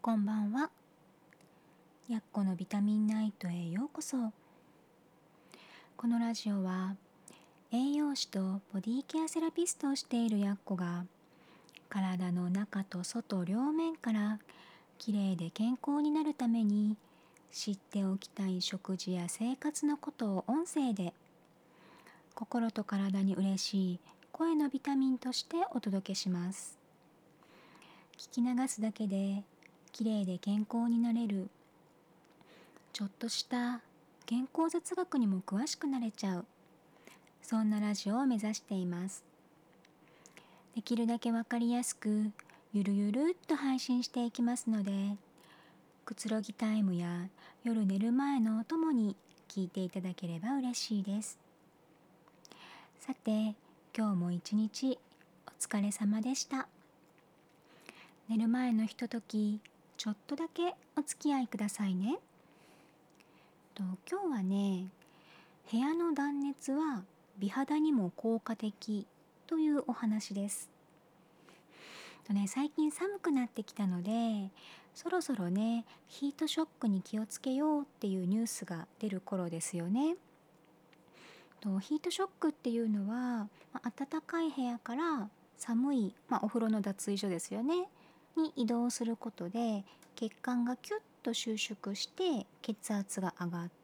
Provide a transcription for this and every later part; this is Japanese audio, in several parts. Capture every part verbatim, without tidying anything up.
こんばんは。やっこのビタミンナイトへようこそ。このラジオは栄養士とボディケアセラピストをしているやっこが体の中と外両面からきれいで健康になるために知っておきたい食事や生活のことを音声で心と体に嬉しい声のビタミンとしてお届けします。聞き流すだけできれいで健康になれる、ちょっとした健康雑学にも詳しくなれちゃう、そんなラジオを目指しています。できるだけわかりやすくゆるゆるっと配信していきますので、くつろぎタイムや夜寝る前のお供に聞いていただければ嬉しいです。さて、今日も一日お疲れ様でした。寝る前のひととき、ちょっとだけお付き合いくださいね。と今日はね、部屋の断熱は美肌にも効果的というお話です。とね、最近寒くなってきたので、そろそろね、ヒートショックに気をつけようっていうニュースが出る頃ですよね。とヒートショックっていうのは、まあ暖かい部屋から寒い、まあ、お風呂の脱衣所ですよねに移動することで血管がキュッと収縮して血圧が上がって、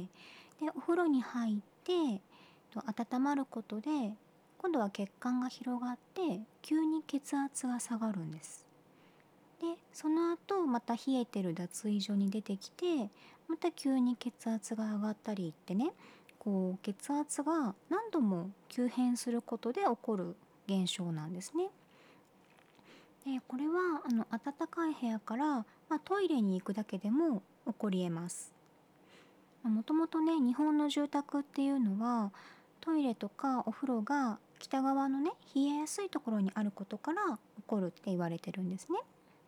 でお風呂に入ってと温まることで今度は血管が広がって急に血圧が下がるんです。でその後また冷えてる脱衣所に出てきてまた急に血圧が上がったりってね、こう血圧が何度も急変することで起こる現象なんですね。でこれはあの暖かい部屋から、まあ、トイレに行くだけでも起こりえます。もともとね、日本の住宅っていうのはトイレとかお風呂が北側のね冷えやすいところにあることから起こるって言われてるんですね。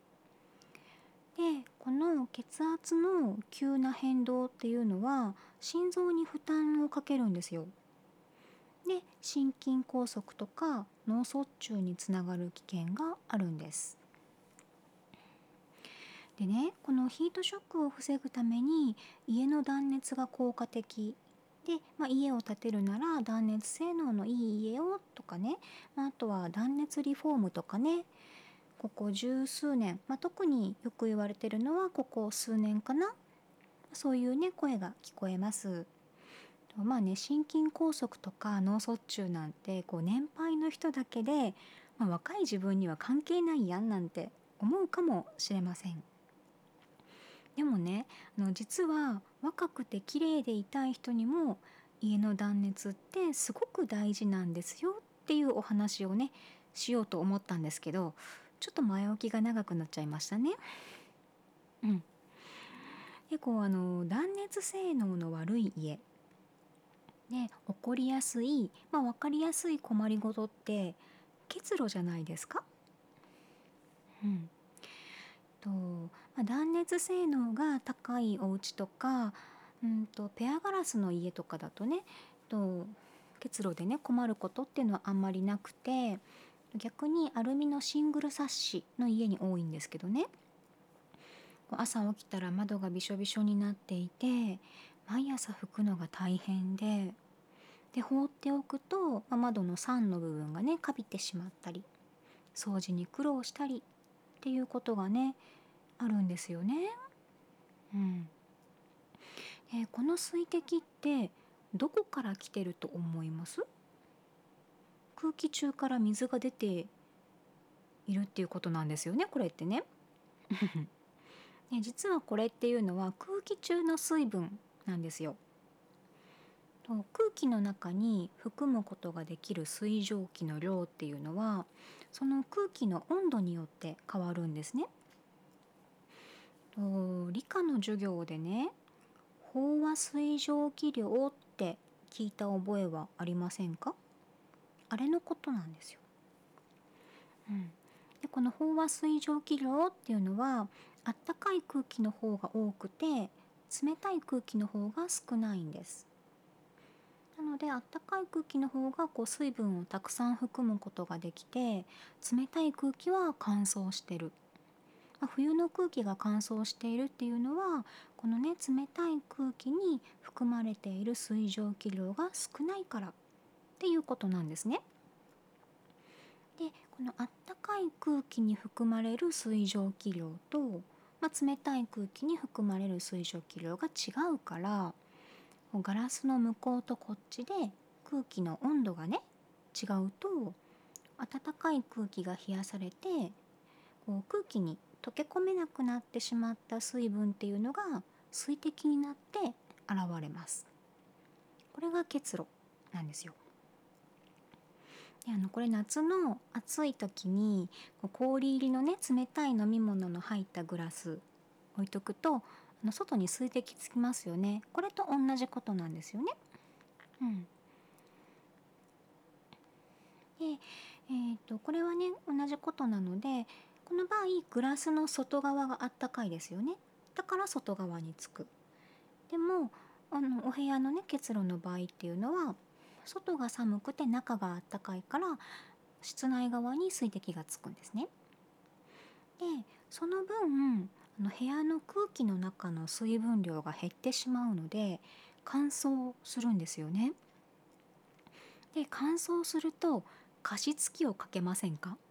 でこの血圧の急な変動っていうのは心臓に負担をかけるんですよ。で心筋梗塞とか脳卒中につながる危険があるんです。でね、このヒートショックを防ぐために家の断熱が効果的で、まあ、家を建てるなら断熱性能のいい家をとかね、まあ、あとは断熱リフォームとかね、ここ十数年、まあ、特によく言われてるのはここ数年かな、そういうね声が聞こえます。まあね、心筋梗塞とか脳卒中なんてこう年配の人だけで、まあ、若い自分には関係ないやんなんて思うかもしれません。でもね、あの実は若くて綺麗でいたい人にも家の断熱ってすごく大事なんですよっていうお話をねしようと思ったんですけど、ちょっと前置きが長くなっちゃいましたね。うん。でこうあの断熱性能の悪い家で起こりやすい、まあ、分かりやすい困りごとって結露じゃないですか。うん。と、まあ、断熱性能が高いお家とか、うんとペアガラスの家とかだとね、と結露でね困ることっていうのはあんまりなくて、逆にアルミのシングルサッシの家に多いんですけどね、朝起きたら窓がびしょびしょになっていて毎朝拭くのが大変で、で放っておくと、まあ、窓の桟の部分がねかびてしまったり掃除に苦労したりっていうことがねあるんですよね。うん。えーこの水滴ってどこから来てると思います？空気中から水が出ているっていうことなんですよね、これってね。ね実はこれっていうのは空気中の水分なんですよ。と空気の中に含むことができる水蒸気の量っていうのはその空気の温度によって変わるんですね。と理科の授業でね、飽和水蒸気量って聞いた覚えはありませんか？あれのことなんですよ。うん、でこの飽和水蒸気量っていうのはあったかい空気の方が多くて冷たい空気の方が少ないんです。なのであったかい空気の方がこう水分をたくさん含むことができて冷たい空気は乾燥してる、まあ、 冬の空気が乾燥しているっていうのは、このね冷たい空気に含まれている水蒸気量が少ないからっていうことなんですね。でこのあったかい空気に含まれる水蒸気量と、まあ、冷たい空気に含まれる水蒸気量が違うから、ガラスの向こうとこっちで空気の温度がね違うと、暖かい空気が冷やされて、こう空気に溶け込めなくなってしまった水分っていうのが水滴になって現れます。これが結露なんですよ。であのこれ夏の暑い時にこう氷入りのね冷たい飲み物の入ったグラス置いとくと、あの外に水滴つきますよね。これと同じことなんですよね。うん、で、えーと、これはね同じことなので、この場合グラスの外側があったかいですよね。だから外側につく。でもあのお部屋のね結露の場合っていうのは、外が寒くて中があったかいから室内側に水滴がつくんですね。でその分あの部屋の空気の中の水分量が減ってしまうので乾燥するんですよね。で乾燥すると加湿器をかけませんか？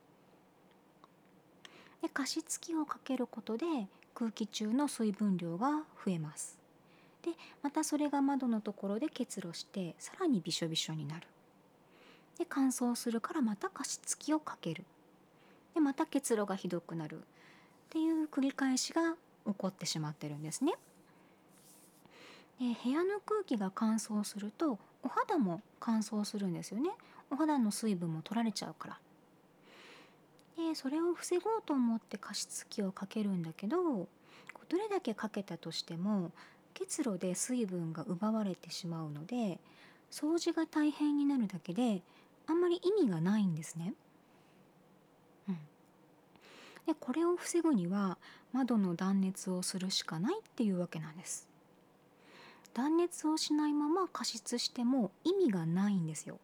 で加湿器をかけることで空気中の水分量が増えます。でまたそれが窓のところで結露してさらにびしょびしょになる。で乾燥するからまた加湿器をかける。でまた結露がひどくなるっていう繰り返しが起こってしまってるんですね。で部屋の空気が乾燥するとお肌も乾燥するんですよね。お肌の水分も取られちゃうから。でそれを防ごうと思って加湿器をかけるんだけど、こうどれだけかけたとしても結露で水分が奪われてしまうので、掃除が大変になるだけであんまり意味がないんですね。うん、でこれを防ぐには窓の断熱をするしかないっていうわけなんです。断熱をしないまま加湿しても意味がないんですよ。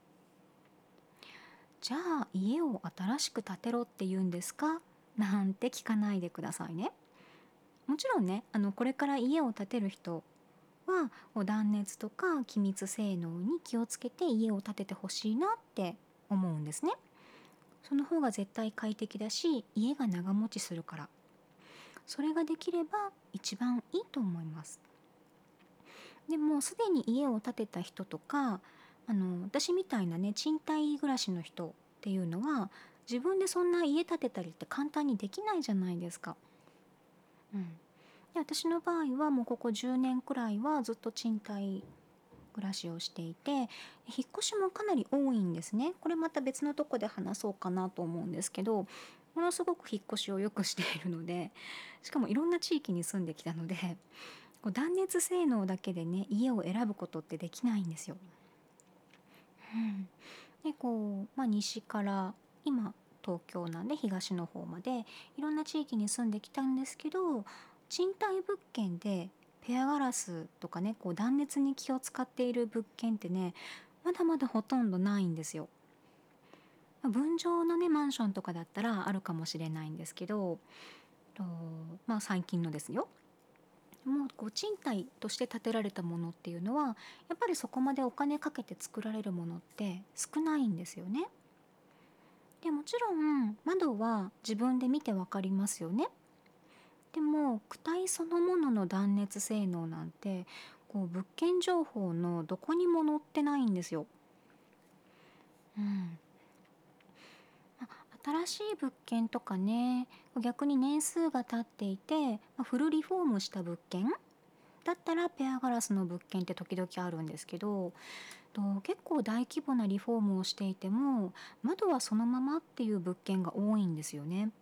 じゃあ家を新しく建てろって言うんですかなんて聞かないでくださいね。もちろんね、あのこれから家を建てる人はこう断熱とか気密性能に気をつけて家を建ててほしいなって思うんですね。その方が絶対快適だし家が長持ちするから、それができれば一番いいと思います。でもすでに家を建てた人とか、あの私みたいなね賃貸暮らしの人っていうのは自分でそんな家建てたりって簡単にできないじゃないですか。うん、で私の場合はもうここじゅうねんくらいはずっと賃貸暮らしをしていて、引っ越しもかなり多いんですね。これまた別のとこで話そうかなと思うんですけど、ものすごく引っ越しをよくしているので、しかもいろんな地域に住んできたので、こう断熱性能だけでね家を選ぶことってできないんですよ。うん、でこう、まあ、西から今東京なんで東の方までいろんな地域に住んできたんですけど、賃貸物件でペアガラスとかねこう断熱に気を使っている物件ってねまだまだほとんどないんですよ。まあ分譲のねマンションとかだったらあるかもしれないんですけど、とまあ最近のですよ、もうこう賃貸として建てられたものっていうのはやっぱりそこまでお金かけて作られるものって少ないんですよね。でもちろん窓は自分で見てわかりますよね。でも躯体そのものの断熱性能なんてこう物件情報のどこにも載ってないんですよ。うん、ま新しい物件とかね、逆に年数が経っていて、まフルリフォームした物件だったらペアガラスの物件って時々あるんですけど、と結構大規模なリフォームをしていても窓はそのままっていう物件が多いんですよね。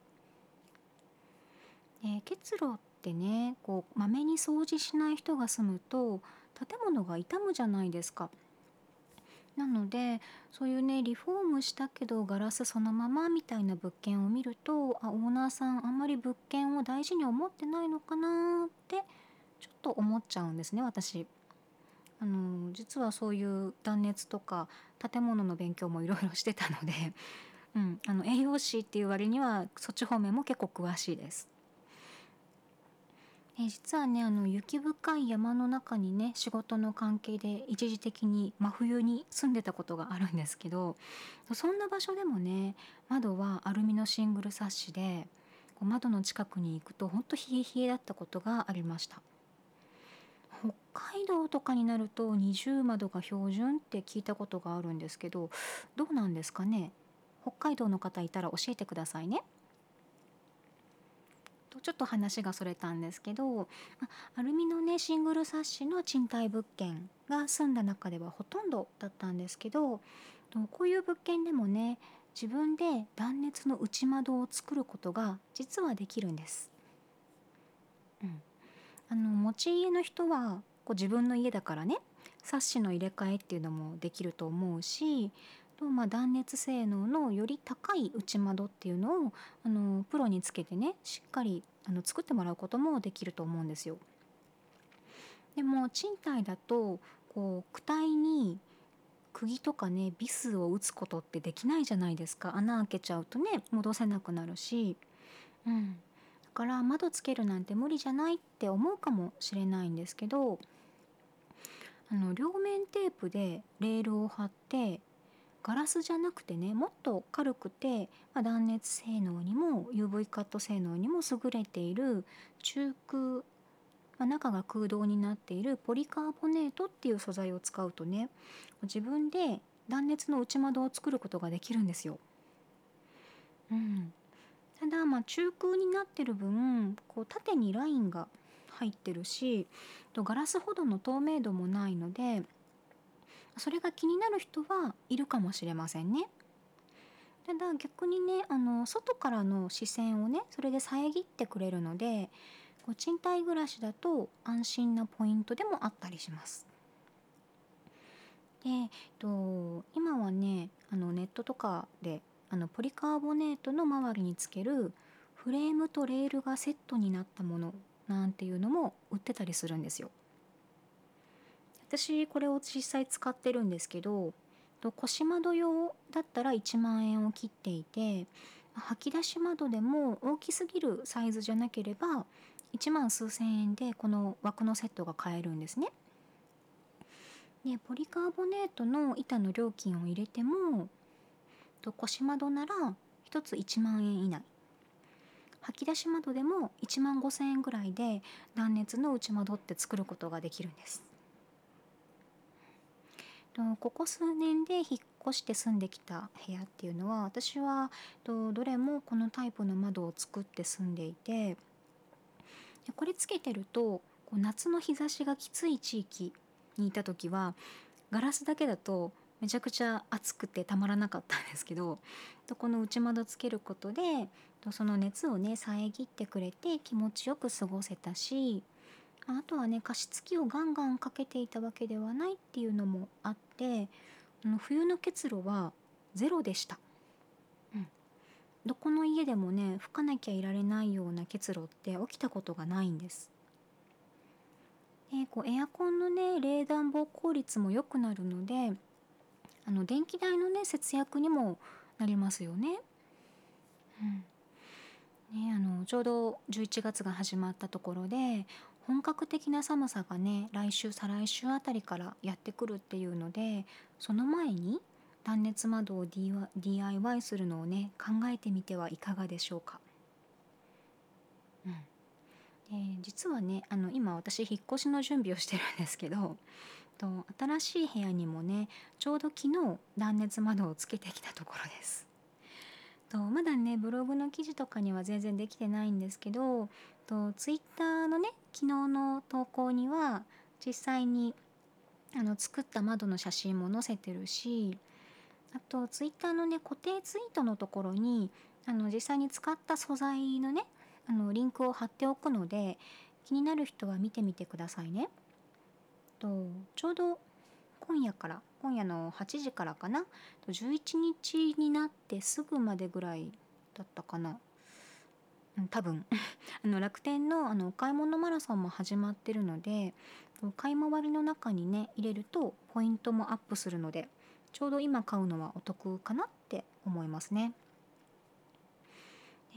で結露ってねこうまめに掃除しない人が住むと建物が傷むじゃないですか。なのでそういうねリフォームしたけどガラスそのままみたいな物件を見ると、あオーナーさんあんまり物件を大事に思ってないのかなってちょっと思っちゃうんですね、私。あの実はそういう断熱とか建物の勉強もいろいろしてたので、うん、あの栄養士っていう割にはそっち方面も結構詳しいです。 えー実はね、あの雪深い山の中にね、仕事の関係で一時的に真冬に住んでたことがあるんですけど、そんな場所でもね、窓はアルミのシングルサッシで、こう窓の近くに行くとほんと冷え冷えだったことがありました。北海道とかになると二重窓が標準って聞いたことがあるんですけど、どうなんですかね。北海道の方いたら教えてくださいね。とちょっと話がそれたんですけど、まアルミのねシングルサッシの賃貸物件が住んだ中ではほとんどだったんですけど、とこういう物件でもね、自分で断熱の内窓を作ることが実はできるんです。うん、あの持ち家の人はこう自分の家だからね、サッシの入れ替えっていうのもできると思うし、とまあ断熱性能のより高い内窓っていうのをあのプロにつけてね、しっかりあの作ってもらうこともできると思うんですよ。でも賃貸だとこう躯体に釘とかねビスを打つことってできないじゃないですか。穴開けちゃうとね戻せなくなるし、うん、だから窓つけるなんて無理じゃないって思うかもしれないんですけど、あの両面テープでレールを貼ってガラスじゃなくてね、もっと軽くて、まあ、断熱性能にも ユーブイ カット性能にも優れている中空、まあ、中が空洞になっているポリカーボネートっていう素材を使うとね、自分で断熱の内窓を作ることができるんですよ。うん、ただまあ中空になってる分こう縦にラインが入ってるし、とガラスほどの透明度もないので、それが気になる人はいるかもしれませんね。ただ逆にね、あの外からの視線をねそれで遮ってくれるので、こう賃貸暮らしだと安心なポイントでもあったりします。で、えっと、今はねあのネットとかであのポリカーボネートの周りにつけるフレームとレールがセットになったものなんていうのも売ってたりするんですよ。私これを実際使ってるんですけど、と腰窓用だったらいちまん円を切っていて、吐き出し窓でも大きすぎるサイズじゃなければいちまん数千円でこの枠のセットが買えるんですね。でポリカーボネートの板の料金を入れても、と腰窓ならひとついちまん円以内、吐き出し窓でもいちまんごせん円ぐらいで断熱の内窓って作ることができるんです。とここ数年で引っ越して住んできた部屋っていうのは、私はとどれもこのタイプの窓を作って住んでいて、でこれつけてるとこう夏の日差しがきつい地域にいた時はガラスだけだとめちゃくちゃ暑くてたまらなかったんですけど、とこの内窓つけることでとその熱をね遮ってくれて気持ちよく過ごせたし、あとはね加湿器をガンガンかけていたわけではないっていうのもあって、あの冬の結露はゼロでした。うん、どこの家でもね吹かなきゃいられないような結露って起きたことがないんです。でこうエアコンのね冷暖房効率も良くなるので、あの電気代のね節約にもなりますよね。うんね、あのちょうどじゅういちがつが始まったところで本格的な寒さがね来週再来週あたりからやってくるっていうので、その前に断熱窓を ディーアイワイ するのをね考えてみてはいかがでしょうか。うん、で実はねあの今私引っ越しの準備をしてるんですけど、と新しい部屋にもねちょうど昨日断熱窓をつけてきたところです。とまだねブログの記事とかには全然できてないんですけど、とツイッターのね昨日の投稿には実際にあの作った窓の写真も載せてるし、あとツイッターのね固定ツイートのところにあの実際に使った素材のねあのリンクを貼っておくので、気になる人は見てみてくださいね。とちょうど今夜から今夜のはちじからかな、じゅういちにちになってすぐまでぐらいだったかな、うん、多分あの楽天のあのお買い物マラソンも始まってるので、買い回りの中にね入れるとポイントもアップするので、ちょうど今買うのはお得かなって思いますね。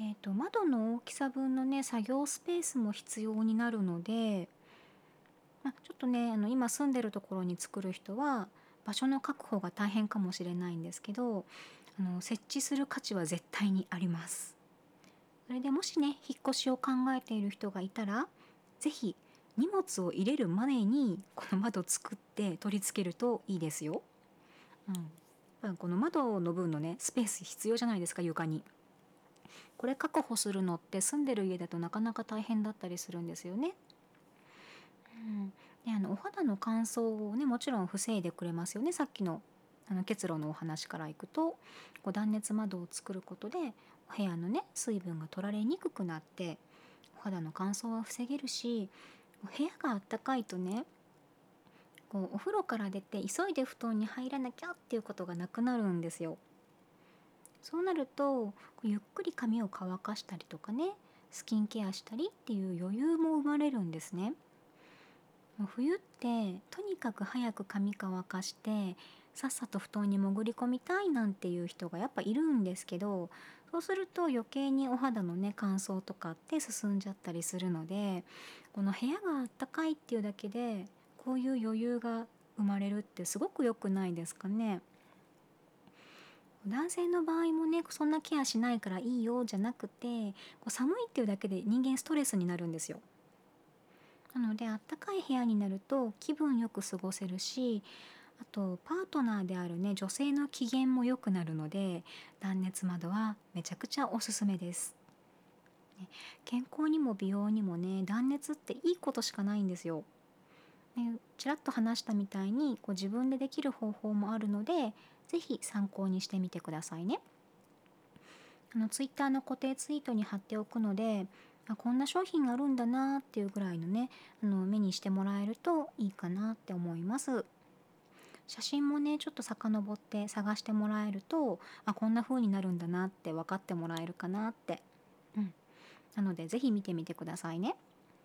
えーと、窓の大きさ分のね、作業スペースも必要になるので、まあ、ちょっとね、あの今住んでるところに作る人は場所の確保が大変かもしれないんですけど、あの設置する価値は絶対にあります。それでもしね、引っ越しを考えている人がいたら、是非荷物を入れる前にこの窓作って取り付けるといいですよ。うん、やっぱりこの窓の分のねスペース必要じゃないですか、床に。これ確保するのって住んでる家だとなかなか大変だったりするんですよね。うん、であのお肌の乾燥をねもちろん防いでくれますよね。さっきのあの結露のお話からいくと、こう断熱窓を作ることでお部屋のね水分が取られにくくなってお肌の乾燥は防げるし、部屋があったかいとね、こうお風呂から出て急いで布団に入らなきゃっていうことがなくなるんですよ。そうなるとこうゆっくり髪を乾かしたりとかね、スキンケアしたりっていう余裕も生まれるんですね。もう冬ってとにかく早く髪乾かしてさっさと布団に潜り込みたいなんていう人がやっぱいるんですけど、そうすると余計にお肌のね乾燥とかって進んじゃったりするので、この部屋があったかいっていうだけでこういう余裕が生まれるってすごく良くないですかね。男性の場合もね、そんなケアしないからいいよじゃなくて、こう寒いっていうだけで人間ストレスになるんですよ。なのであったかい部屋になると気分よく過ごせるし、あとパートナーであるね女性の機嫌も良くなるので、断熱窓はめちゃくちゃおすすめです。ね、健康にも美容にもね、断熱っていいことしかないんですよ。ね、ちらっと話したみたいにこう自分でできる方法もあるので、ぜひ参考にしてみてくださいね。あのツイッターの固定ツイートに貼っておくので、あこんな商品があるんだなっていうぐらいのね、あの目にしてもらえるといいかなって思います。写真もねちょっと遡って探してもらえると、あこんな風になるんだなって分かってもらえるかなって。うん、なのでぜひ見てみてくださいね。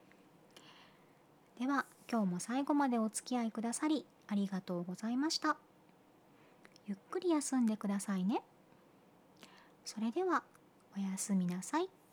では今日も最後までお付き合いくださりありがとうございました。ゆっくり休んでくださいね。それではおやすみなさい。